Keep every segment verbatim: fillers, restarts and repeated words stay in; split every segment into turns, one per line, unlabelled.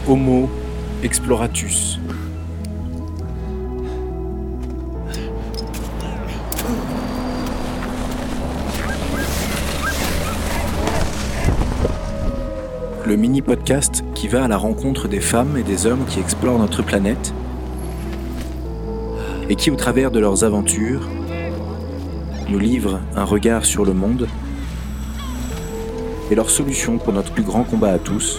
Homo exploratus. Le mini-podcast qui va à la rencontre des femmes et des hommes qui explorent notre planète et qui, au travers de leurs aventures, nous livrent un regard sur le monde et leurs solutions pour notre plus grand combat à tous,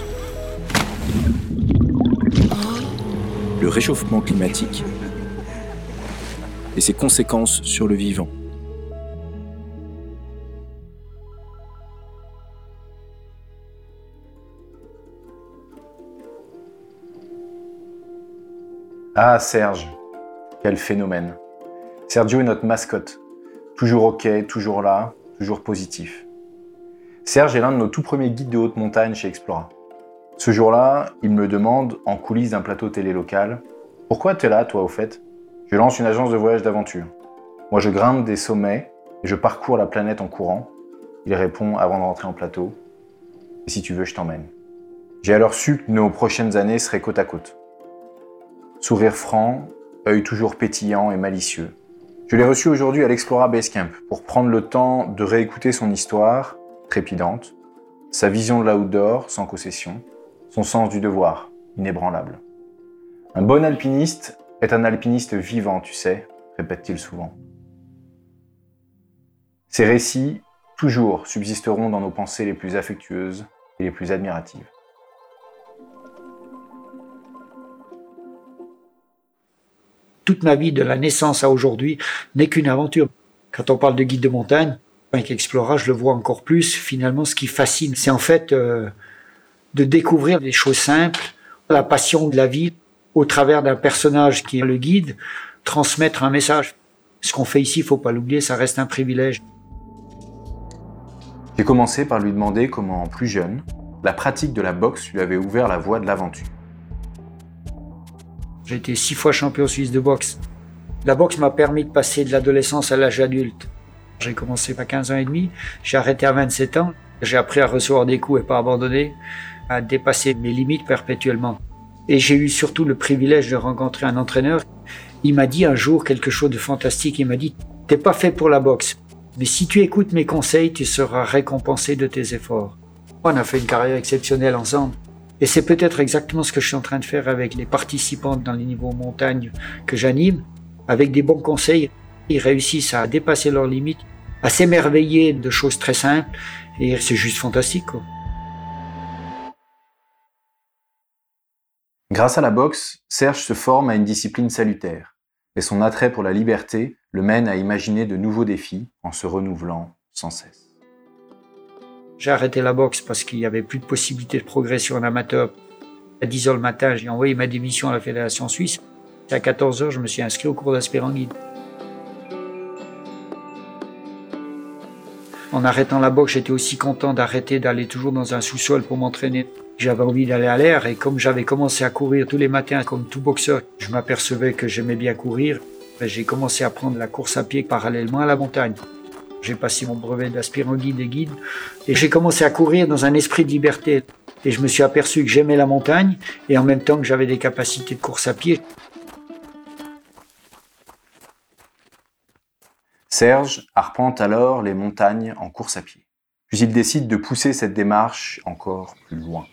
le réchauffement climatique et ses conséquences sur le vivant.
Ah, Serge, quel phénomène. Sergio est notre mascotte. Toujours ok, toujours là, toujours positif. Serge est l'un de nos tout premiers guides de haute montagne chez Explora. Ce jour-là, il me demande, en coulisses d'un plateau télé local, « Pourquoi t'es là, toi, au fait ?» Je lance une agence de voyage d'aventure. Moi, je grimpe des sommets et je parcours la planète en courant. Il répond avant de rentrer en plateau, « Et si tu veux, je t'emmène. » J'ai alors su que nos prochaines années seraient côte à côte. Sourire franc, œil toujours pétillant et malicieux. Je l'ai reçu aujourd'hui à l'Explora Base Camp pour prendre le temps de réécouter son histoire, trépidante, sa vision de l'outdoor, sans concession, son sens du devoir, inébranlable. Un bon alpiniste est un alpiniste vivant, tu sais, répète-t-il souvent. Ces récits, toujours, subsisteront dans nos pensées les plus affectueuses et les plus admiratives.
Toute ma vie, de la naissance à aujourd'hui, n'est qu'une aventure. Quand on parle de guide de montagne, avec Explora, je le vois encore plus. Finalement, ce qui fascine, c'est en fait euh, de découvrir des choses simples, la passion de la vie, au travers d'un personnage qui est le guide, transmettre un message. Ce qu'on fait ici, il faut pas l'oublier, ça reste un privilège.
J'ai commencé par lui demander comment, plus jeune, la pratique de la boxe lui avait ouvert la voie de l'aventure.
J'ai été six fois champion suisse de boxe. La boxe m'a permis de passer de l'adolescence à l'âge adulte. J'ai commencé à quinze ans et demi, j'ai arrêté à vingt-sept ans. J'ai appris à recevoir des coups et pas abandonner, à dépasser mes limites perpétuellement. Et j'ai eu surtout le privilège de rencontrer un entraîneur. Il m'a dit un jour quelque chose de fantastique. Il m'a dit « T'es pas fait pour la boxe, mais si tu écoutes mes conseils, tu seras récompensé de tes efforts. » On a fait une carrière exceptionnelle ensemble. Et c'est peut-être exactement ce que je suis en train de faire avec les participants dans les niveaux montagne que j'anime. Avec des bons conseils, ils réussissent à dépasser leurs limites, à s'émerveiller de choses très simples. Et c'est juste fantastique, quoi.
Grâce à la boxe, Serge se forme à une discipline salutaire. Et son attrait pour la liberté le mène à imaginer de nouveaux défis en se renouvelant sans cesse.
J'ai arrêté la boxe parce qu'il n'y avait plus de possibilité de progression en amateur. À dix heures le matin, j'ai envoyé ma démission à la Fédération suisse. Et à quatorze heures, je me suis inscrit au cours d'aspirant guide. En arrêtant la boxe, j'étais aussi content d'arrêter d'aller toujours dans un sous-sol pour m'entraîner. J'avais envie d'aller à l'air et comme j'avais commencé à courir tous les matins comme tout boxeur, je m'apercevais que j'aimais bien courir. J'ai commencé à prendre la course à pied parallèlement à la montagne. J'ai passé mon brevet d'aspirant guide et guide et j'ai commencé à courir dans un esprit de liberté. Et je me suis aperçu que j'aimais la montagne et en même temps que j'avais des capacités de course à pied.
Serge arpente alors les montagnes en course à pied. Puis il décide de pousser cette démarche encore plus loin.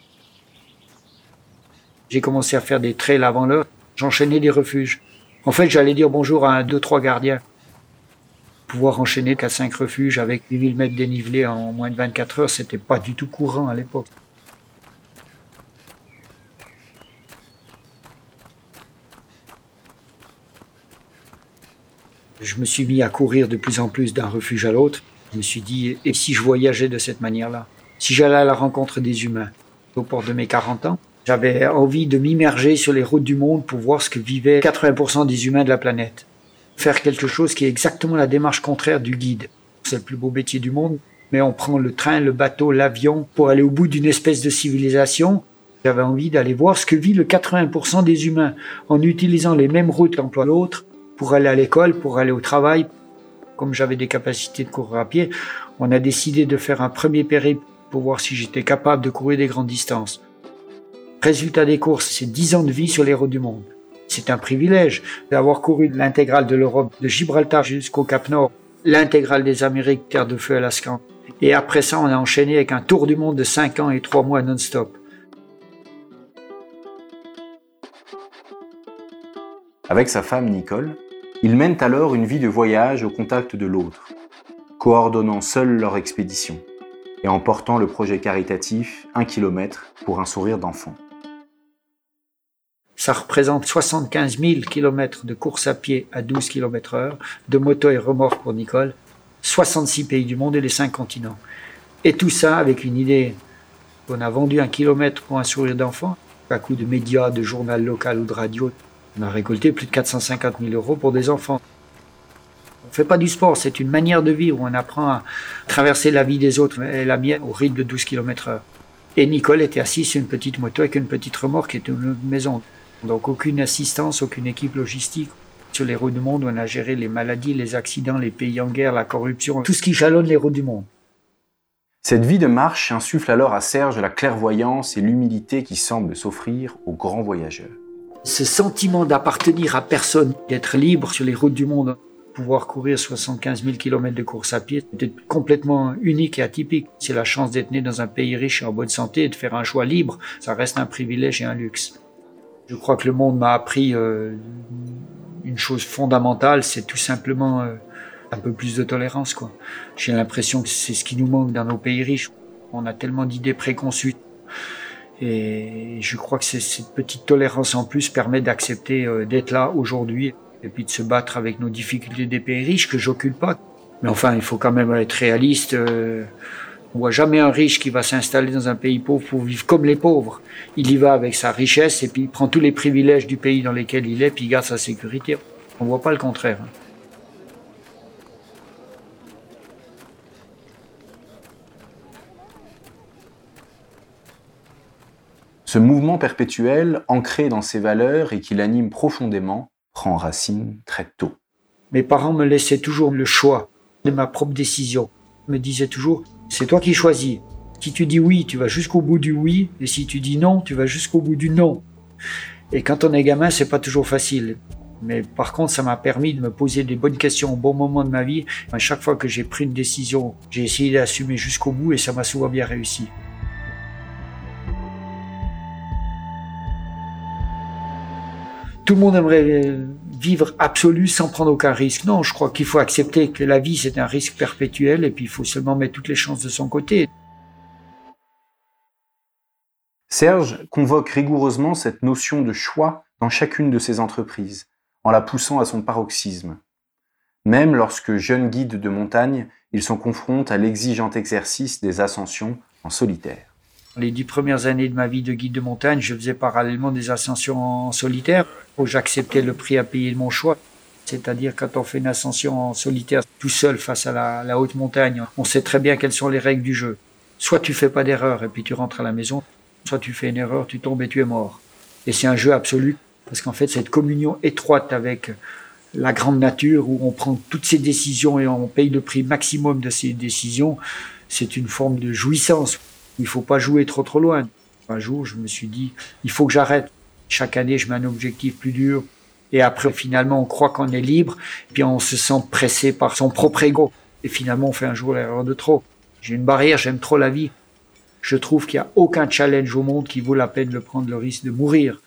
J'ai commencé à faire des trails avant l'heure. J'enchaînais des refuges. En fait, j'allais dire bonjour à un, deux, trois gardiens. Pouvoir enchaîner qu'à cinq refuges avec huit mille mètres dénivelés en moins de vingt-quatre heures, c'était pas du tout courant à l'époque. Je me suis mis à courir de plus en plus d'un refuge à l'autre. Je me suis dit, et si je voyageais de cette manière-là? Si j'allais à la rencontre des humains? Au port de mes quarante ans, j'avais envie de m'immerger sur les routes du monde pour voir ce que vivaient quatre-vingts pour cent des humains de la planète. Faire quelque chose qui est exactement la démarche contraire du guide. C'est le plus beau métier du monde, mais on prend le train, le bateau, l'avion pour aller au bout d'une espèce de civilisation. J'avais envie d'aller voir ce que vit le quatre-vingts pour cent des humains en utilisant les mêmes routes qu'emploie l'autre pour aller à l'école, pour aller au travail. Comme j'avais des capacités de courir à pied, on a décidé de faire un premier périple pour voir si j'étais capable de courir des grandes distances. Résultat des courses, c'est dix ans de vie sur les routes du monde. C'est un privilège d'avoir couru l'intégrale de l'Europe, de Gibraltar jusqu'au Cap Nord, l'intégrale des Amériques, terre de feu Alaska. Et après ça, on a enchaîné avec un tour du monde de cinq ans et trois mois non-stop.
Avec sa femme Nicole, ils mènent alors une vie de voyage au contact de l'autre, coordonnant seuls leur expédition et en portant le projet caritatif Un kilomètre pour un sourire d'enfant.
Ça représente soixante-quinze mille kilomètres de course à pied à douze kilomètres heure, de moto et remorque pour Nicole, soixante-six pays du monde et les cinq continents. Et tout ça avec une idée. On a vendu un kilomètre pour un sourire d'enfant, à coup de médias, de journal local ou de radio. On a récolté plus de quatre cent cinquante mille euros pour des enfants. On ne fait pas du sport, c'est une manière de vivre où on apprend à traverser la vie des autres et la mienne au rythme de douze kilomètres heure. Et Nicole était assise sur une petite moto avec une petite remorque qui était une maison. Donc aucune assistance, aucune équipe logistique. Sur les routes du monde, on a géré les maladies, les accidents, les pays en guerre, la corruption, tout ce qui jalonne les routes du monde.
Cette vie de marche insuffle alors à Serge la clairvoyance et l'humilité qui semblent s'offrir aux grands voyageurs.
Ce sentiment d'appartenir à personne, d'être libre sur les routes du monde, pouvoir courir soixante-quinze mille kilomètres de course à pied, c'était complètement unique et atypique. C'est la chance d'être né dans un pays riche et en bonne santé et de faire un choix libre. Ça reste un privilège et un luxe. Je crois que le monde m'a appris euh, une chose fondamentale, c'est tout simplement euh, un peu plus de tolérance, quoi. J'ai l'impression que c'est ce qui nous manque dans nos pays riches. On a tellement d'idées préconçues. Et je crois que c'est, cette petite tolérance en plus permet d'accepter euh, d'être là aujourd'hui et puis de se battre avec nos difficultés des pays riches que j'occulte pas. Mais enfin, il faut quand même être réaliste. Euh, on voit jamais un riche qui va s'installer dans un pays pauvre pour vivre comme les pauvres. Il y va avec sa richesse et puis il prend tous les privilèges du pays dans lequel il est puis il garde sa sécurité. On voit pas le contraire.
Ce mouvement perpétuel, ancré dans ses valeurs et qui l'anime profondément, prend racine très tôt.
Mes parents me laissaient toujours le choix de ma propre décision. Ils me disaient toujours, c'est toi qui choisis. Si tu dis oui, tu vas jusqu'au bout du oui, et si tu dis non, tu vas jusqu'au bout du non. Et quand on est gamin, c'est pas toujours facile. Mais par contre, ça m'a permis de me poser des bonnes questions au bon moment de ma vie. À chaque fois que j'ai pris une décision, j'ai essayé d'assumer jusqu'au bout et ça m'a souvent bien réussi. Tout le monde aimerait vivre absolu sans prendre aucun risque. Non, je crois qu'il faut accepter que la vie, c'est un risque perpétuel et puis il faut seulement mettre toutes les chances de son côté.
Serge convoque rigoureusement cette notion de choix dans chacune de ses entreprises, en la poussant à son paroxysme. Même lorsque jeunes guides de montagne, ils sont confrontés à l'exigeant exercice des ascensions en solitaire.
Les dix premières années de ma vie de guide de montagne, je faisais parallèlement des ascensions en solitaire où j'acceptais le prix à payer de mon choix. C'est-à-dire quand on fait une ascension en solitaire tout seul face à la, la haute montagne, on sait très bien quelles sont les règles du jeu. Soit tu fais pas d'erreur et puis tu rentres à la maison, soit tu fais une erreur, tu tombes et tu es mort. Et c'est un jeu absolu parce qu'en fait cette communion étroite avec la grande nature où on prend toutes ces décisions et on paye le prix maximum de ces décisions, c'est une forme de jouissance. Il faut pas jouer trop trop loin. Un jour, je me suis dit, il faut que j'arrête. Chaque année, je mets un objectif plus dur. Et après, finalement, on croit qu'on est libre. Puis on se sent pressé par son propre ego. Et finalement, on fait un jour l'erreur de trop. J'ai une barrière, j'aime trop la vie. Je trouve qu'il n'y a aucun challenge au monde qui vaut la peine de prendre le risque de mourir.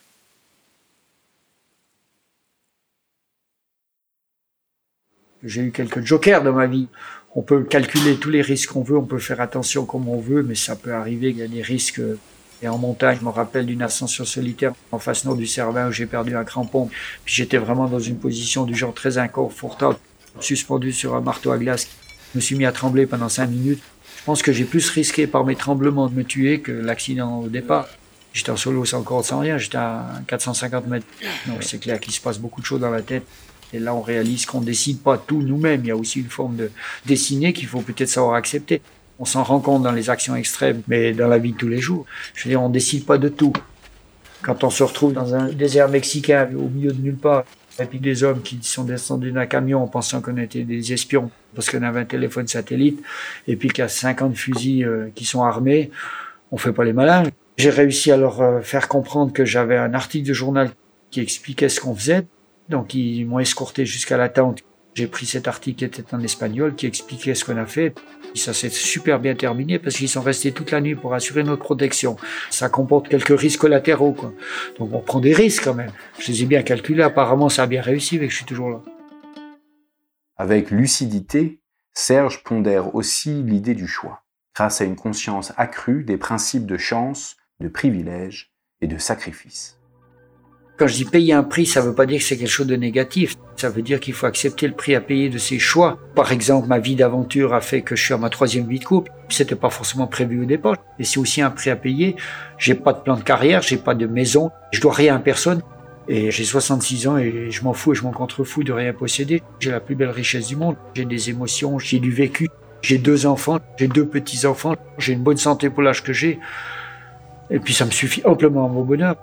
J'ai eu quelques jokers dans ma vie. On peut calculer tous les risques qu'on veut, on peut faire attention comme on veut, mais ça peut arriver qu'il y a des risques. Et en montagne, je me rappelle d'une ascension solitaire en face nord du Cervin où j'ai perdu un crampon. Puis j'étais vraiment dans une position du genre très inconfortable, suspendu sur un marteau à glace. Je me suis mis à trembler pendant cinq minutes. Je pense que j'ai plus risqué par mes tremblements de me tuer que l'accident au départ. J'étais en solo sans corde, sans rien, j'étais à quatre cent cinquante mètres. Donc c'est clair qu'il se passe beaucoup de choses dans la tête. Et là, on réalise qu'on ne décide pas tout nous-mêmes. Il y a aussi une forme de destinée qu'il faut peut-être savoir accepter. On s'en rend compte dans les actions extrêmes, mais dans la vie de tous les jours. Je veux dire, on ne décide pas de tout. Quand on se retrouve dans un désert mexicain, au milieu de nulle part, et puis des hommes qui sont descendus d'un camion en pensant qu'on était des espions, parce qu'on avait un téléphone satellite, et puis qu'il y a cinquante fusils euh, qui sont armés, on fait pas les malins. J'ai réussi à leur euh, faire comprendre que j'avais un article de journal qui expliquait ce qu'on faisait. Donc ils m'ont escorté jusqu'à la tente. J'ai pris cet article qui était en espagnol, qui expliquait ce qu'on a fait. Et ça s'est super bien terminé parce qu'ils sont restés toute la nuit pour assurer notre protection. Ça comporte quelques risques collatéraux, quoi. Donc on prend des risques quand même. Je les ai bien calculés. Apparemment, ça a bien réussi, mais je suis toujours là.
Avec lucidité, Serge pondère aussi l'idée du choix, grâce à une conscience accrue des principes de chance, de privilège et de sacrifice.
Quand je dis payer un prix, ça ne veut pas dire que c'est quelque chose de négatif. Ça veut dire qu'il faut accepter le prix à payer de ses choix. Par exemple, ma vie d'aventure a fait que je suis à ma troisième vie de couple. C'était pas forcément prévu au départ. Et c'est aussi un prix à payer. J'ai pas de plan de carrière, j'ai pas de maison, je dois rien à personne. Et j'ai soixante-six ans et je m'en fous et je m'en contrefous de rien posséder. J'ai la plus belle richesse du monde. J'ai des émotions, j'ai du vécu. J'ai deux enfants, j'ai deux petits-enfants. J'ai une bonne santé pour l'âge que j'ai. Et puis ça me suffit amplement à mon bonheur.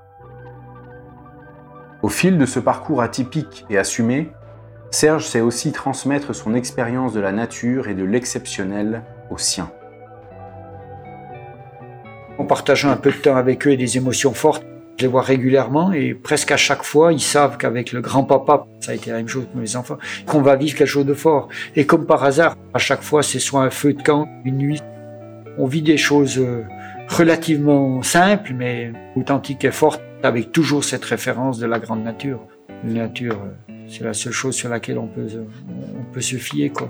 Au fil de ce parcours atypique et assumé, Serge sait aussi transmettre son expérience de la nature et de l'exceptionnel aux siens.
En partageant un peu de temps avec eux et des émotions fortes, je les vois régulièrement et presque à chaque fois, ils savent qu'avec le grand-papa, ça a été la même chose pour mes enfants, qu'on va vivre quelque chose de fort. Et comme par hasard, à chaque fois, c'est soit un feu de camp, une nuit. On vit des choses relativement simples, mais authentiques et fortes, avec toujours cette référence de la grande nature. La nature, c'est la seule chose sur laquelle on peut, on peut se fier, quoi.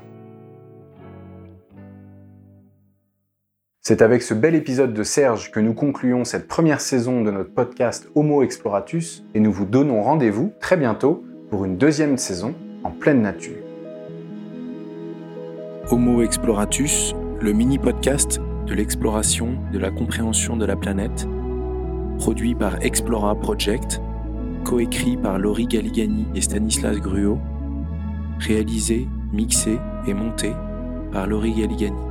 C'est avec ce bel épisode de Serge que nous concluons cette première saison de notre podcast Homo Exploratus et nous vous donnons rendez-vous très bientôt pour une deuxième saison en pleine nature.
Homo Exploratus, le mini-podcast de l'exploration, de la compréhension de la planète, produit par Explora Project, coécrit par Laurie Galigani et Stanislas Gruot, réalisé, mixé et monté par Laurie Galigani.